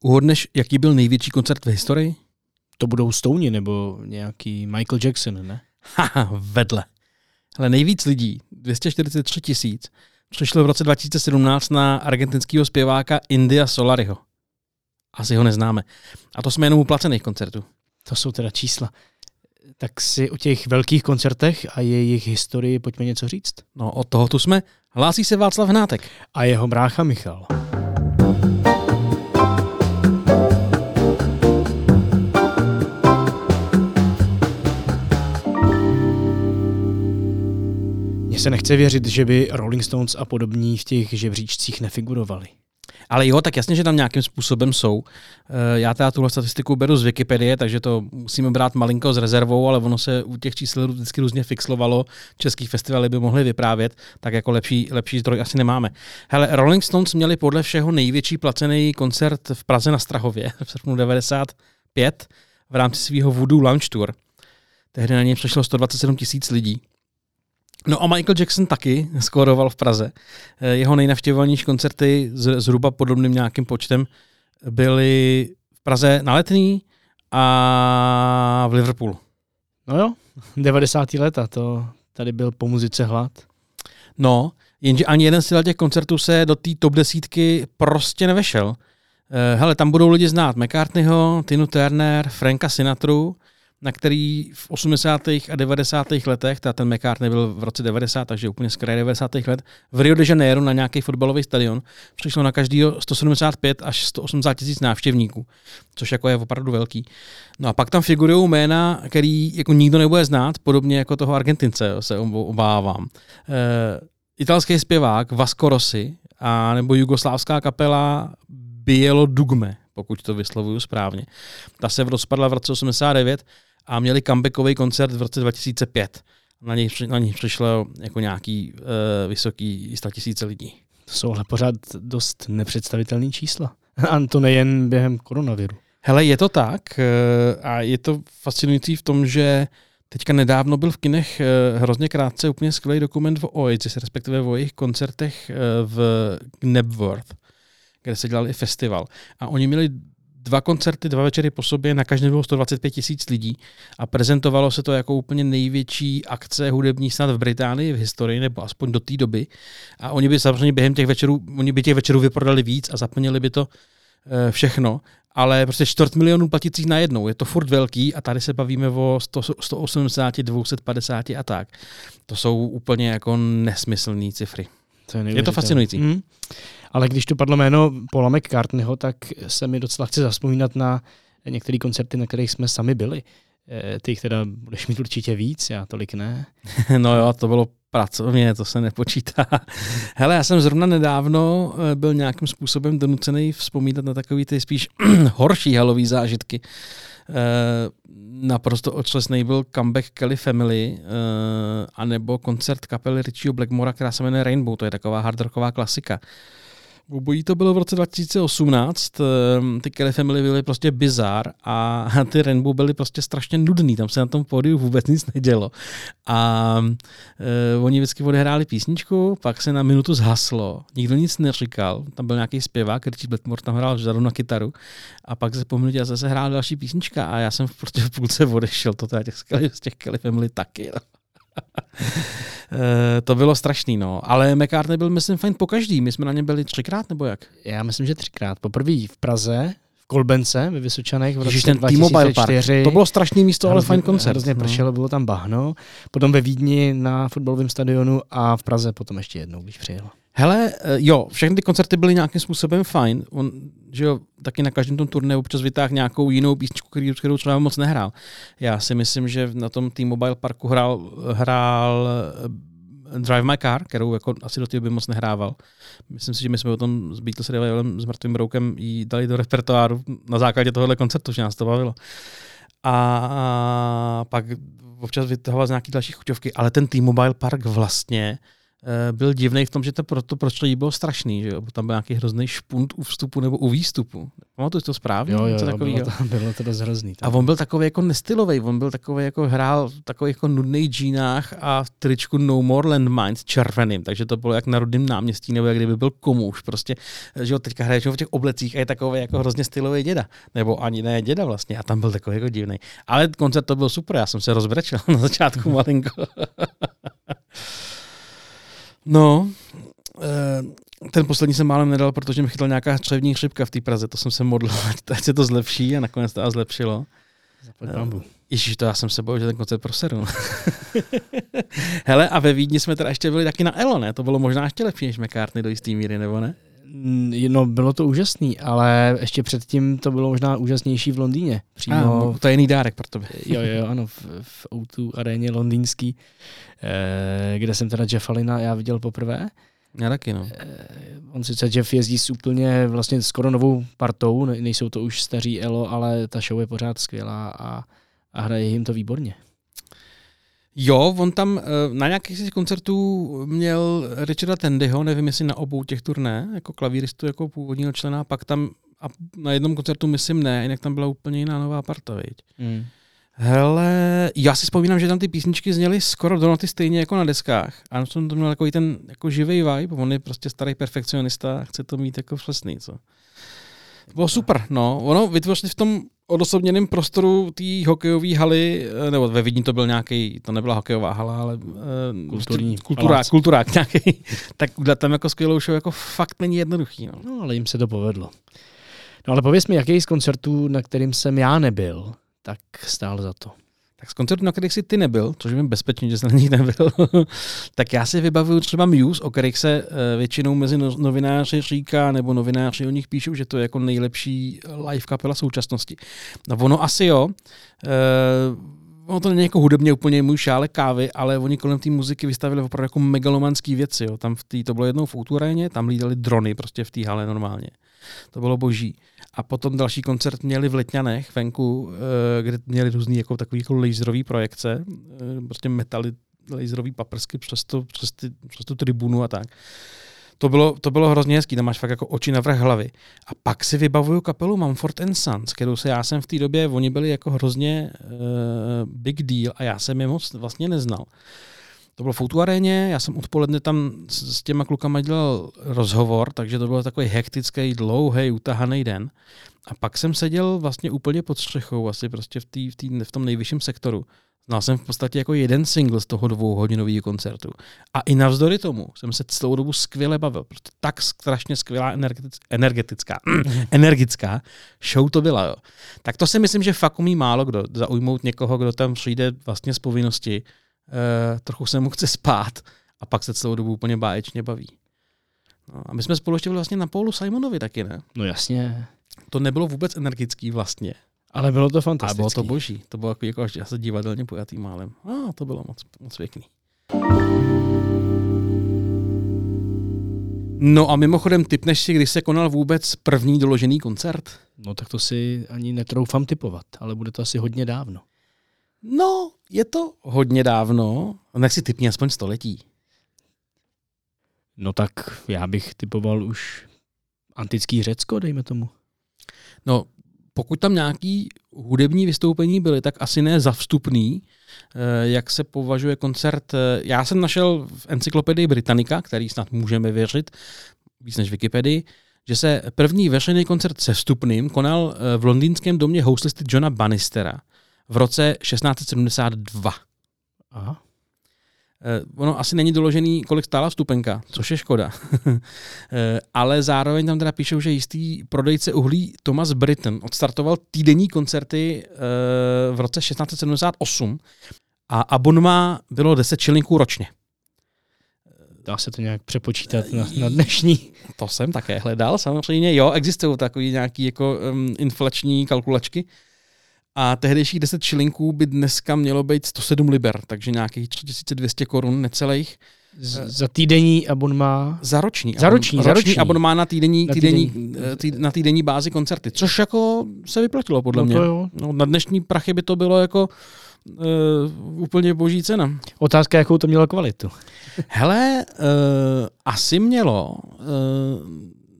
Uhodneš, jaký byl největší koncert v historii? To budou Stouni nebo nějaký Michael Jackson, ne? Haha, vedle. Ale nejvíc lidí, 243 000, přišlo v roce 2017 na argentinského zpěváka India Solariho. Asi ho neznáme. A to jsme jenom u placených koncertů. To jsou teda čísla. Tak si o těch velkých koncertech a jejich historii pojďme něco říct. No, od toho tu jsme. Hlásí se Václav Hnátek. A jeho brácha Michal. Mně se nechce věřit, že by Rolling Stones a podobní v těch žebříčcích nefigurovali. Ale jo, tak jasně, že tam nějakým způsobem jsou. Já teda tuhle statistiku beru z Wikipedie, takže to musíme brát malinko s rezervou, ale ono se u těch čísel vždycky různě fixlovalo. Český festivaly by mohly vyprávět, tak jako lepší zdroj asi nemáme. Hele, Rolling Stones měli podle všeho největší placený koncert v Praze na Strahově v srpnu 95 v rámci svého Voodoo Lounge Tour. Tehdy na něj přišlo 127 000 lidí. No a Michael Jackson taky skóroval v Praze. Jeho nejnavštěvovanější koncerty zhruba podobným nějakým počtem byly v Praze na Letný a v Liverpoolu. No jo, 90. leta, to tady byl po muzice hlad. No, jenže ani jeden z těch koncertů se do té top 10 prostě nevešel. Hele, tam budou lidi znát McCartneyho, Tinu Turner, Franka Sinatru, na který v 80. a 90. letech, ten McCartney byl v roce 90, takže úplně z kraje 90. let, v Rio de Janeiro na nějaký fotbalový stadion přišlo na každýho 175 až 180 000 návštěvníků, což jako je opravdu velký. No a pak tam figurují jména, který jako nikdo nebude znát, podobně jako toho Argentince, se obávám. Italský zpěvák Vasco Rossi a nebo jugoslávská kapela Bielo Dugme, pokud to vyslovuju správně. Ta se rozpadla v roce 89 a měli comebackový koncert v roce 2005. Na něj přišlo jako nějaký vysoký 100 000 lidí. To jsou ale pořád dost nepředstavitelný čísla. A to nejen během koronaviru. Hele, je to tak a je to fascinující v tom, že teďka nedávno byl v kinech hrozně krátce úplně skvělý dokument o Oasis, respektive o jejich koncertech v Knebworth, kde se dělal i festival. A oni měli 2 koncerty, 2 večery po sobě, na každém bylo 125 000 lidí a prezentovalo se to jako úplně největší akce hudební snad v Británii v historii, nebo aspoň do té doby. A oni by samozřejmě během těch večerů vyprodali víc a zaplnili by to všechno, ale prostě 250 000 platících najednou. Je to furt velký a tady se bavíme o 180, 250 a tak. To jsou úplně jako nesmyslné cifry. Je to fascinující. Ale když tu padlo jméno Paula McCartneyho, tak se mi docela chce zavzpomínat na některé koncerty, na kterých jsme sami byli. Ty jich teda budeš mít určitě víc, já tolik ne. No jo, to bylo pracovně, to se nepočítá. Hele, já jsem zrovna nedávno byl nějakým způsobem donucený vzpomínat na takový ty spíš horší halový zážitky. Naprosto otřesný byl comeback Kelly Family anebo koncert kapely Richieho Blackmora, která se jmenuje Rainbow, to je taková hard rocková klasika. Obojí to bylo v roce 2018, ty Kelly Family byly prostě bizar a ty Rainbow byly prostě strašně nudný, tam se na tom pódiu vůbec nic nedělo. A oni vždycky odehráli písničku, pak se na minutu zhaslo, nikdo nic neříkal, tam byl nějaký zpěvák, Richie Blackmore tam hrál vzadu na kytaru a pak se po minutě zase hrál další písnička a já jsem prostě v půlce odešel, to teda z těch Kelly Family taky. No. To bylo strašný, no. Ale McCartney byl, myslím, fajn pokaždý. My jsme na něm byli 3krát, nebo jak? Já myslím, že 3krát. Poprvé v Praze, v Kolbence, ve Vysočanech v roce ten 2004. To bylo strašný místo, ale fajn koncert. Hrozně pršelo, bylo tam bahno. Potom ve Vídni na fotbalovém stadionu a v Praze potom ještě jednou, když přijel. Hele, jo, všechny ty koncerty byly nějakým způsobem fajn. On, že jo, taky na každém tom turné občas vytáhl nějakou jinou písničku, kterou třeba moc nehrál. Já si myslím, že na tom T-Mobile Parku hrál Drive My Car, kterou jako asi do té doby moc nehrával. Myslím si, že my jsme o tom s Beatles Reviválem s Mrtvým Broukem jí dali do repertoáru na základě tohohle koncertu, že nás to bavilo. A pak občas vytahoval z nějaký další chuťovky, ale ten T-Mobile Park vlastně byl divný v tom, že to prostředí bylo strašný, že jo? Tam byl nějaký hrozný špunt u vstupu nebo u výstupu. Pamatuju to správně? Jo, bylo to dost hrozný. A on byl takový jako nestylový, on byl takový jako hrál takový jako nudnej džínách a v tričku No More Landmines červeným, takže to bylo jak na Rudném náměstí, nebo jak kdyby byl komůž, prostě, že ho teďka hraje v těch oblecích a je takový jako hrozně stylový děda, nebo ani ne děda vlastně, a tam byl takový jako divný. Ale koncert to byl super, já jsem se rozbrečel na začátku malinko. No, ten poslední jsem málem nedal, protože mi chytla nějaká střevní chřipka v té Praze, to jsem se modlil, ať se to zlepší a nakonec to zlepšilo. Ježíš, to já jsem se bojil, že ten koncert proseru. Hele, a ve Vídni jsme teda ještě byli taky na ELO, ne? To bylo možná ještě lepší než McCartney do jistý míry, nebo ne? No, bylo to úžasný, ale ještě předtím to bylo možná úžasnější v Londýně. Přímo to je jiný dárek pro tebe. Jo, ano, v O2 aréně londýnský, kde jsem teda Jeffa Lynna já viděl poprvé. Já taky, no. On sice Jeff jezdí s úplně vlastně skoro novou partou, nejsou to už staří ELO, ale ta show je pořád skvělá a hraje jim to výborně. Jo, on tam na nějakých z koncertů měl Richarda Tandyho, nevím jestli na obou těch turné, jako klavíristu, jako původního člena, pak tam a na jednom koncertu myslím ne, jinak tam byla úplně jiná nová parta, viď? Hele, já si vzpomínám, že tam ty písničky zněly skoro do noty stejně jako na deskách. A to měl takový ten jako živý vibe, on je prostě starý perfekcionista a chce to mít jako přesný, co? Bylo super, no. Ono vytvořili v tom odosobněném prostoru té hokejové haly, nebo ve Vídni to byl nějaký, to nebyla hokejová hala, ale kulturák nějaký, tak udělat tam jako skvělou show jako fakt není jednoduchý. No, ale jim se to povedlo. No ale pověz mi, jaký z koncertů, na kterým jsem já nebyl, tak stál za to. Tak z koncertů, na kterých jsi ty nebyl, což vím bezpečně, že jsi na nich nebyl, tak já si vybavuju třeba Muse, o kterých se většinou mezi novináři říká, nebo novináři o nich píšou, že to je jako nejlepší live kapela současnosti. No ono asi jo. Ono to není jako hudebně úplně můj šálek kávy, ale oni kolem té muziky vystavili opravdu jako megalomanský věci. Jo. Tam to bylo jednou v O2 tam lítali drony prostě v té hale normálně. To bylo boží. A potom další koncert měli v Letňanech venku, kde měli různý jako takový jako laserový projekce, prostě metali laserový paprsky přes tu tribunu a tak. To bylo hrozně hezký, tam máš fakt jako oči navrch hlavy. A pak si vybavuju kapelu Mumford & Sons, kterou já jsem v té době, oni byli jako hrozně big deal a já jsem je moc vlastně neznal. To bylo v O2 aréně, já jsem odpoledne tam s těma klukama dělal rozhovor, takže to byl takový hektický, dlouhý, utahaný den. A pak jsem seděl vlastně úplně pod střechou, asi prostě v tom nejvyšším sektoru. Znal jsem v podstatě jako jeden single z toho 2hodinového koncertu. A i navzdory tomu jsem se celou dobu skvěle bavil. Prostě tak strašně skvělá energická show to byla. Jo. Tak to si myslím, že fakt umí málo kdo zaujmout někoho, kdo tam přijde vlastně z povinnosti. Trochu se mu chce spát a pak se celou dobu úplně báječně baví. No, a my jsme spolu ještě byli vlastně na Paulu Simonovi taky, ne? No jasně. To nebylo vůbec energický vlastně. Ale bylo to fantastické. Ale bylo to boží. To bylo jako až se divadelně pojatý málem. To bylo moc pěkný. No a mimochodem tipneš si, kdy se konal vůbec první doložený koncert? No tak to si ani netroufám tipovat, ale bude to asi hodně dávno. No, je to hodně dávno. Tak si tipni aspoň století. No tak já bych tipoval už antický Řecko, dejme tomu. No, pokud tam nějaký hudební vystoupení byly, tak asi ne za vstupný, jak se považuje koncert. Já jsem našel v encyklopedii Britannica, který snad můžeme věřit, víc než Wikipedii, že se první veřejný koncert se vstupným konal v londýnském domě houslisty Johna Bannistera v roce 1672. Aha. Ono asi není doložený, kolik stála vstupenka, což je škoda. Ale zároveň tam teda píšou, že jistý prodejce uhlí Thomas Britton odstartoval týdenní koncerty v roce 1678 a abonma bylo 10 šilinků ročně. Dá se to nějak přepočítat na dnešní? To jsem také hledal, samozřejmě. Jo, existují takový nějaký jako inflační kalkulačky. A tehdejších 10 šilinků by dneska mělo být 107 liber, takže nějakých 3200 korun necelých. Za týdenní abonma? Za roční abonma na týdenní bázi koncerty, což jako se vyplatilo podle mě. No, na dnešní prachy by to bylo jako úplně boží cena. Otázka, jakou to mělo kvalitu? Hele, asi mělo.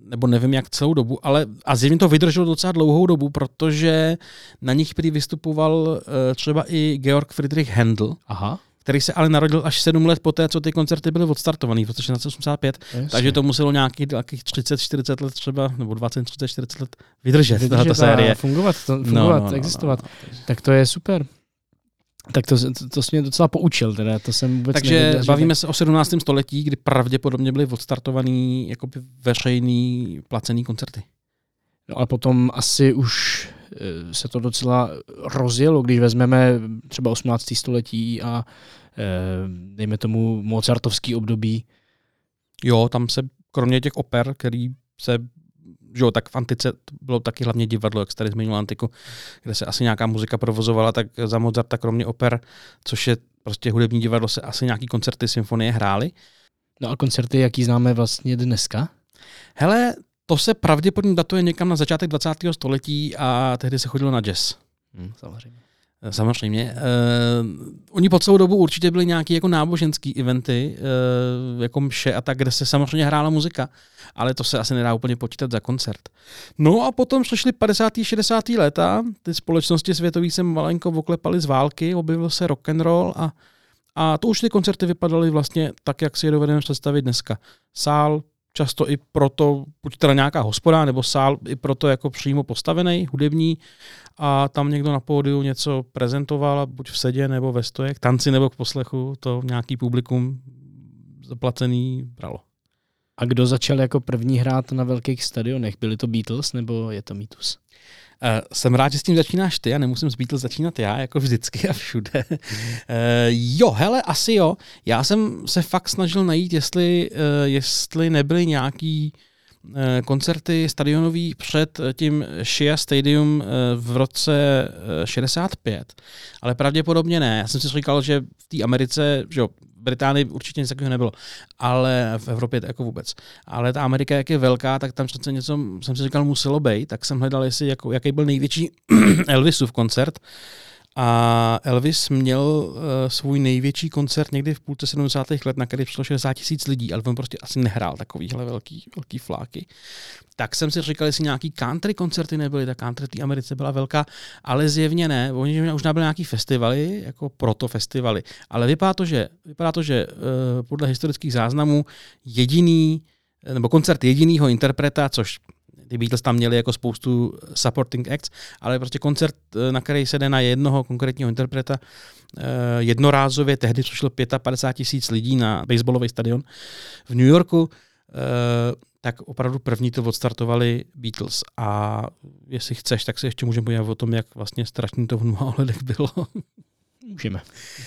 nebo nevím jak celou dobu, ale a zjevně to vydrželo docela dlouhou dobu, protože na nich prý vystupoval třeba i Georg Friedrich Händel, který se ale narodil až 7 let poté, co ty koncerty byly odstartovaný v roce 1985, takže to muselo nějakých 30-40 let třeba, nebo 20-30-40 let vydržet tato série. Fungovat, existovat. Tak to je super. Tak to jsi mě docela poučil, teda to jsem vůbec takže bavíme se o 17. století, kdy pravděpodobně byly odstartovaný jakoby veřejný placený koncerty. No a potom asi už se to docela rozjelo, když vezmeme třeba 18. století a dejme tomu mozartovský období. Jo, tam se kromě těch oper, který se, že jo, tak v antice bylo taky hlavně divadlo, jak jsi tady zmínil antiku, kde se asi nějaká muzika provozovala, tak za Mozarta kromě oper, což je prostě hudební divadlo, se asi nějaký koncerty, symfonie hrály. No a koncerty, jaký známe vlastně dneska? Hele, to se pravděpodobně datuje někam na začátek 20. století a tehdy se chodilo na jazz. Samozřejmě. Oni po celou dobu určitě byly nějaký jako náboženský eventy, jako mše a tak, kde se samozřejmě hrála muzika, ale to se asi nedá úplně počítat za koncert. No a potom přišly 50. 60. léta, ty společnosti světové se malinko oklepaly z války, objevil se rock and roll a to už ty koncerty vypadaly vlastně tak, jak si je dovedeme představit dneska. Sál, často i proto, buď teda nějaká hospoda, nebo sál i proto jako přímo postavený, hudební, a tam někdo na pódiu něco prezentoval, buď v sedě nebo ve stoje, k tanci nebo k poslechu, to nějaký publikum zaplacený bralo. A kdo začal jako první hrát na velkých stadionech? Byli to Beatles nebo je to mýtus? Jsem rád, že s tím začínáš ty a nemusím s Beatles začínat já, jako vždycky a všude. Jo, hele, asi jo. Já jsem se fakt snažil najít, jestli nebyly nějaký koncerty stadionový před tím Shea Stadium v roce 65, ale pravděpodobně ne. Já jsem si říkal, že v té Americe, že jo, v Británii určitě nic takového nebylo, ale v Evropě to jako vůbec. Ale ta Amerika, jak je velká, tak tam přece něco, jsem si říkal, muselo být, tak jsem hledal, jaký byl největší Elvisův koncert. A Elvis měl svůj největší koncert někdy v půlce 70. let, na který přišlo 60 000 lidí, ale on prostě asi nehrál takovýhle velký fláky. Tak jsem si říkal, jestli nějaký country koncerty nebyly, ta country v té Americe byla velká, ale zjevně ne. Oni už nebyly nějaký festivaly, jako protofestivaly, ale vypadá to, že podle historických záznamů koncert jedinýho interpreta, což ty Beatles tam měli jako spoustu supporting acts, ale prostě koncert, na který se jde na jednoho konkrétního interpreta, jednorázově, tehdy přišlo 55 000 lidí na baseballový stadion v New Yorku, tak opravdu první to odstartovali Beatles. A jestli chceš, tak se ještě můžeme podívat o tom, jak vlastně strašný to v mnoha ohledech bylo. Můžeme.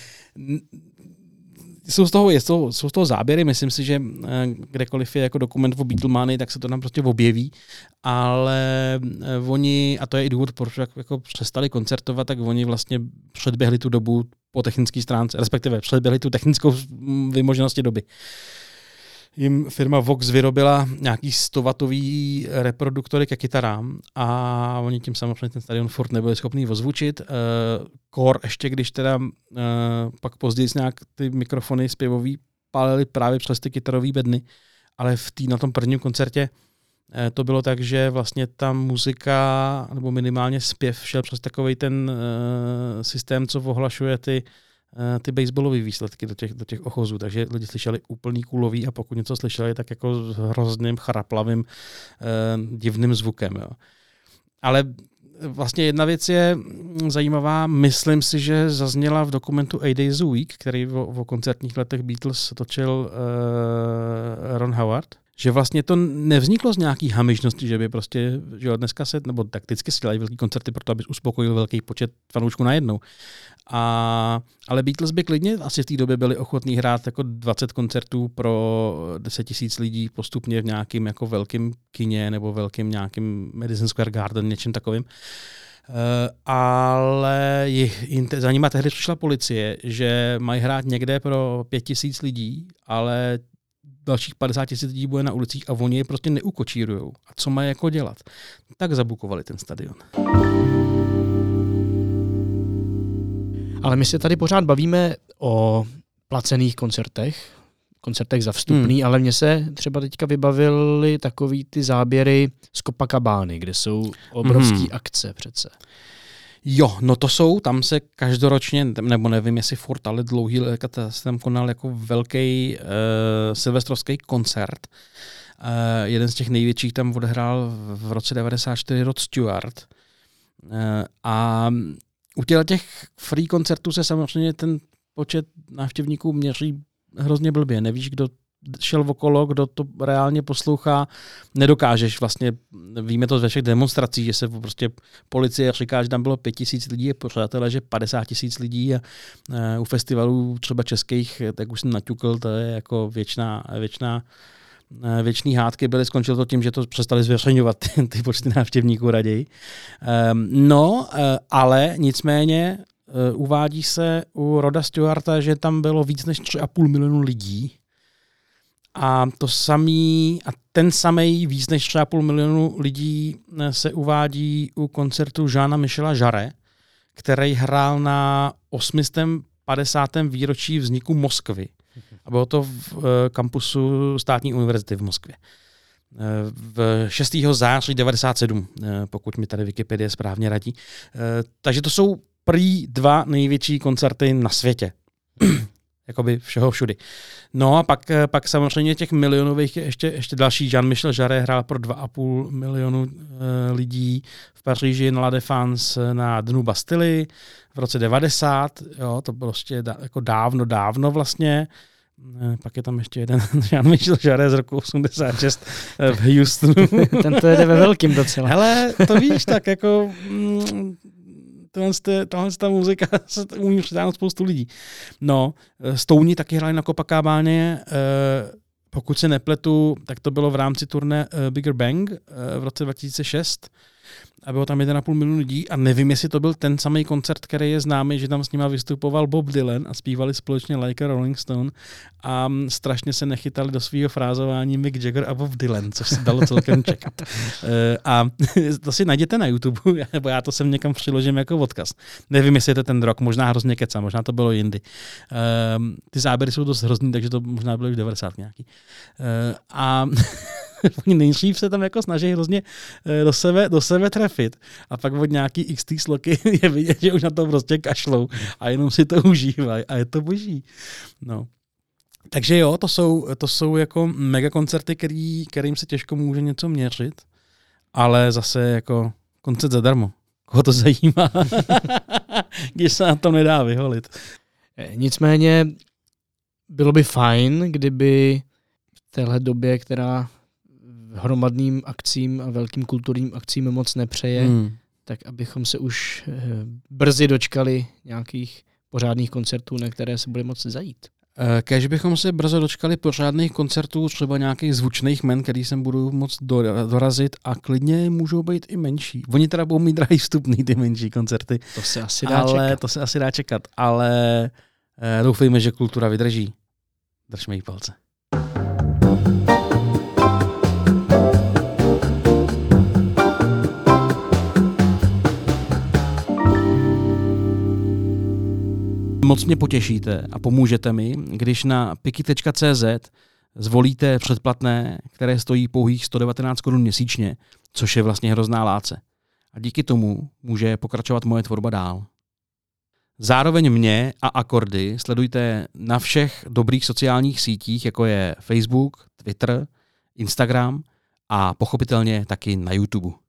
Jsou z toho záběry, myslím si, že kdekoliv je jako dokument o Beatlemanii, tak se to tam prostě objeví, ale oni, a to je i důvod, proč jako přestali koncertovat, tak oni vlastně předběhli tu dobu po technické stránce, respektive předběhli tu technickou vymoženosti doby. Jim firma Vox vyrobila nějaký 100W reproduktory ke kytarám a oni tím samozřejmě ten stadion furt nebyli schopný ozvučit. Kor ještě, když teda pak později nějak ty mikrofony zpěvový pálili právě přes ty kytarové bedny, ale na tom prvním koncertě to bylo tak, že vlastně ta muzika, nebo minimálně zpěv šel přes takovej ten systém, co ohlašuje ty baseballové výsledky do těch ochozů, takže lidi slyšeli úplný kulový a pokud něco slyšeli, tak jako s hrozným, chraplavým, divným zvukem. Jo. Ale vlastně jedna věc je zajímavá, myslím si, že zazněla v dokumentu A Days a Week, který o koncertních letech Beatles točil Ron Howard, že vlastně to nevzniklo z nějaký hamižnosti, že by prostě, že dneska se, nebo takticky se dělají velký koncerty proto, aby uspokojil velký počet fanoušků najednou. Ale Beatles by klidně asi v té době byli ochotní hrát jako 20 koncertů pro 10 000 lidí postupně v nějakým jako velkým kině nebo velkým nějakým Madison Square Garden, něčím takovým. Ale za nima tehdy přišla policie, že mají hrát někde pro 5 000 lidí, ale dalších 50 000 lidí bude na ulicích a oni je prostě neukočírujou. A co mají jako dělat? Tak zabukovali ten stadion. Ale my se tady pořád bavíme o placených koncertech. koncertech za vstupný, ale mně se třeba teďka vybavily takový ty záběry z Copacabány, kde jsou obrovský akce přece. Jo, no to jsou, tam se každoročně, nebo nevím, jestli furt, ale dlouhý léta se tam konal jako velký silvestrovský koncert. Jeden z těch největších tam odehrál v roce 1994 Rod Stewart. A u těch free koncertů se samozřejmě ten počet návštěvníků měří hrozně blbě. Nevíš, kdo šel okolo, kdo to reálně poslouchá, nedokážeš vlastně, víme to ze všech demonstrací, že se prostě policie říká, že tam bylo 5 000 lidí, pořád ale že 50 000 lidí a u festivalů třeba českých, tak už jsem naťukl, to je jako věčný hádky byly, skončilo to tím, že to přestali zveřejňovat ty počty návštěvníků raději. Ale nicméně uvádí se u Roda Stewarta, že tam bylo víc než 3,5 milionu lidí. A ten samý víc než 3,5 milionu lidí se uvádí u koncertu Jeana-Michela Jarre, který hrál na 850. výročí vzniku Moskvy. A bylo to v kampusu Státní univerzity v Moskvě. V 6. září 1997, pokud mi tady Wikipedie správně radí. Takže to jsou prý 2 největší koncerty na světě. Jakoby všeho všudy. No a pak samozřejmě těch milionových ještě další. Jean-Michel Jarre hrál pro 2,5 milionu lidí v Paříži na La Défense na dnu Bastily v roce 90. Jo, to bylo prostě jako dávno vlastně. Pak je tam ještě jeden Jean-Michel Jarre z roku 86 v Houstonu. Ten to jede ve velkým docela. Hele, to víš, tak jako tahle muzika se umí přitáhnout spoustu lidí. No, Stouni taky hráli na Copacabáně, pokud se nepletu, tak to bylo v rámci turné Bigger Bang v roce 2006 a bylo tam 1,5 milionu lidí a nevím, jestli to byl ten samý koncert, který je známý, že tam s nima vystupoval Bob Dylan a zpívali společně Like a Rolling Stone a strašně se nechytali do svého frázování Mick Jagger a Bob Dylan, což se dalo celkem čekat. A to si najděte na YouTube, nebo já to sem někam přiložím jako odkaz. Nevím, jestli je to ten rok, možná hrozně keca, možná to bylo jindy. Ty záběry jsou dost hrozný, takže to možná bylo už 90 nějaký. A oni nejdřív se tam jako snaží hrozně do sebe trefit a pak od nějaký XT sloky je vidět, že už na to prostě kašlou a jenom si to užívají a je to boží. No. Takže jo, to jsou jako mega koncerty, kterým se těžko může něco měřit, ale zase jako koncert zadarmo. Koho to zajímá? Když se na tom nedá vyholit. Nicméně bylo by fajn, kdyby v téhle době, která hromadným akcím a velkým kulturním akcím moc nepřeje, tak abychom se už brzy dočkali nějakých pořádných koncertů, na které se bude moci zajít. Kéž bychom se brzo dočkali pořádných koncertů, třeba nějakých zvučných men, který sem budou moc dorazit a klidně můžou být i menší. Oni teda budou mít drahý vstupný, ty menší koncerty. To se asi dá čekat. Ale doufejme, že kultura vydrží. Držme jí palce. Moc mě potěšíte a pomůžete mi, když na piky.cz zvolíte předplatné, které stojí pouhých 119 Kč měsíčně, což je vlastně hrozná láce. A díky tomu může pokračovat moje tvorba dál. Zároveň mě a Akordy sledujte na všech dobrých sociálních sítích, jako je Facebook, Twitter, Instagram a pochopitelně taky na YouTube.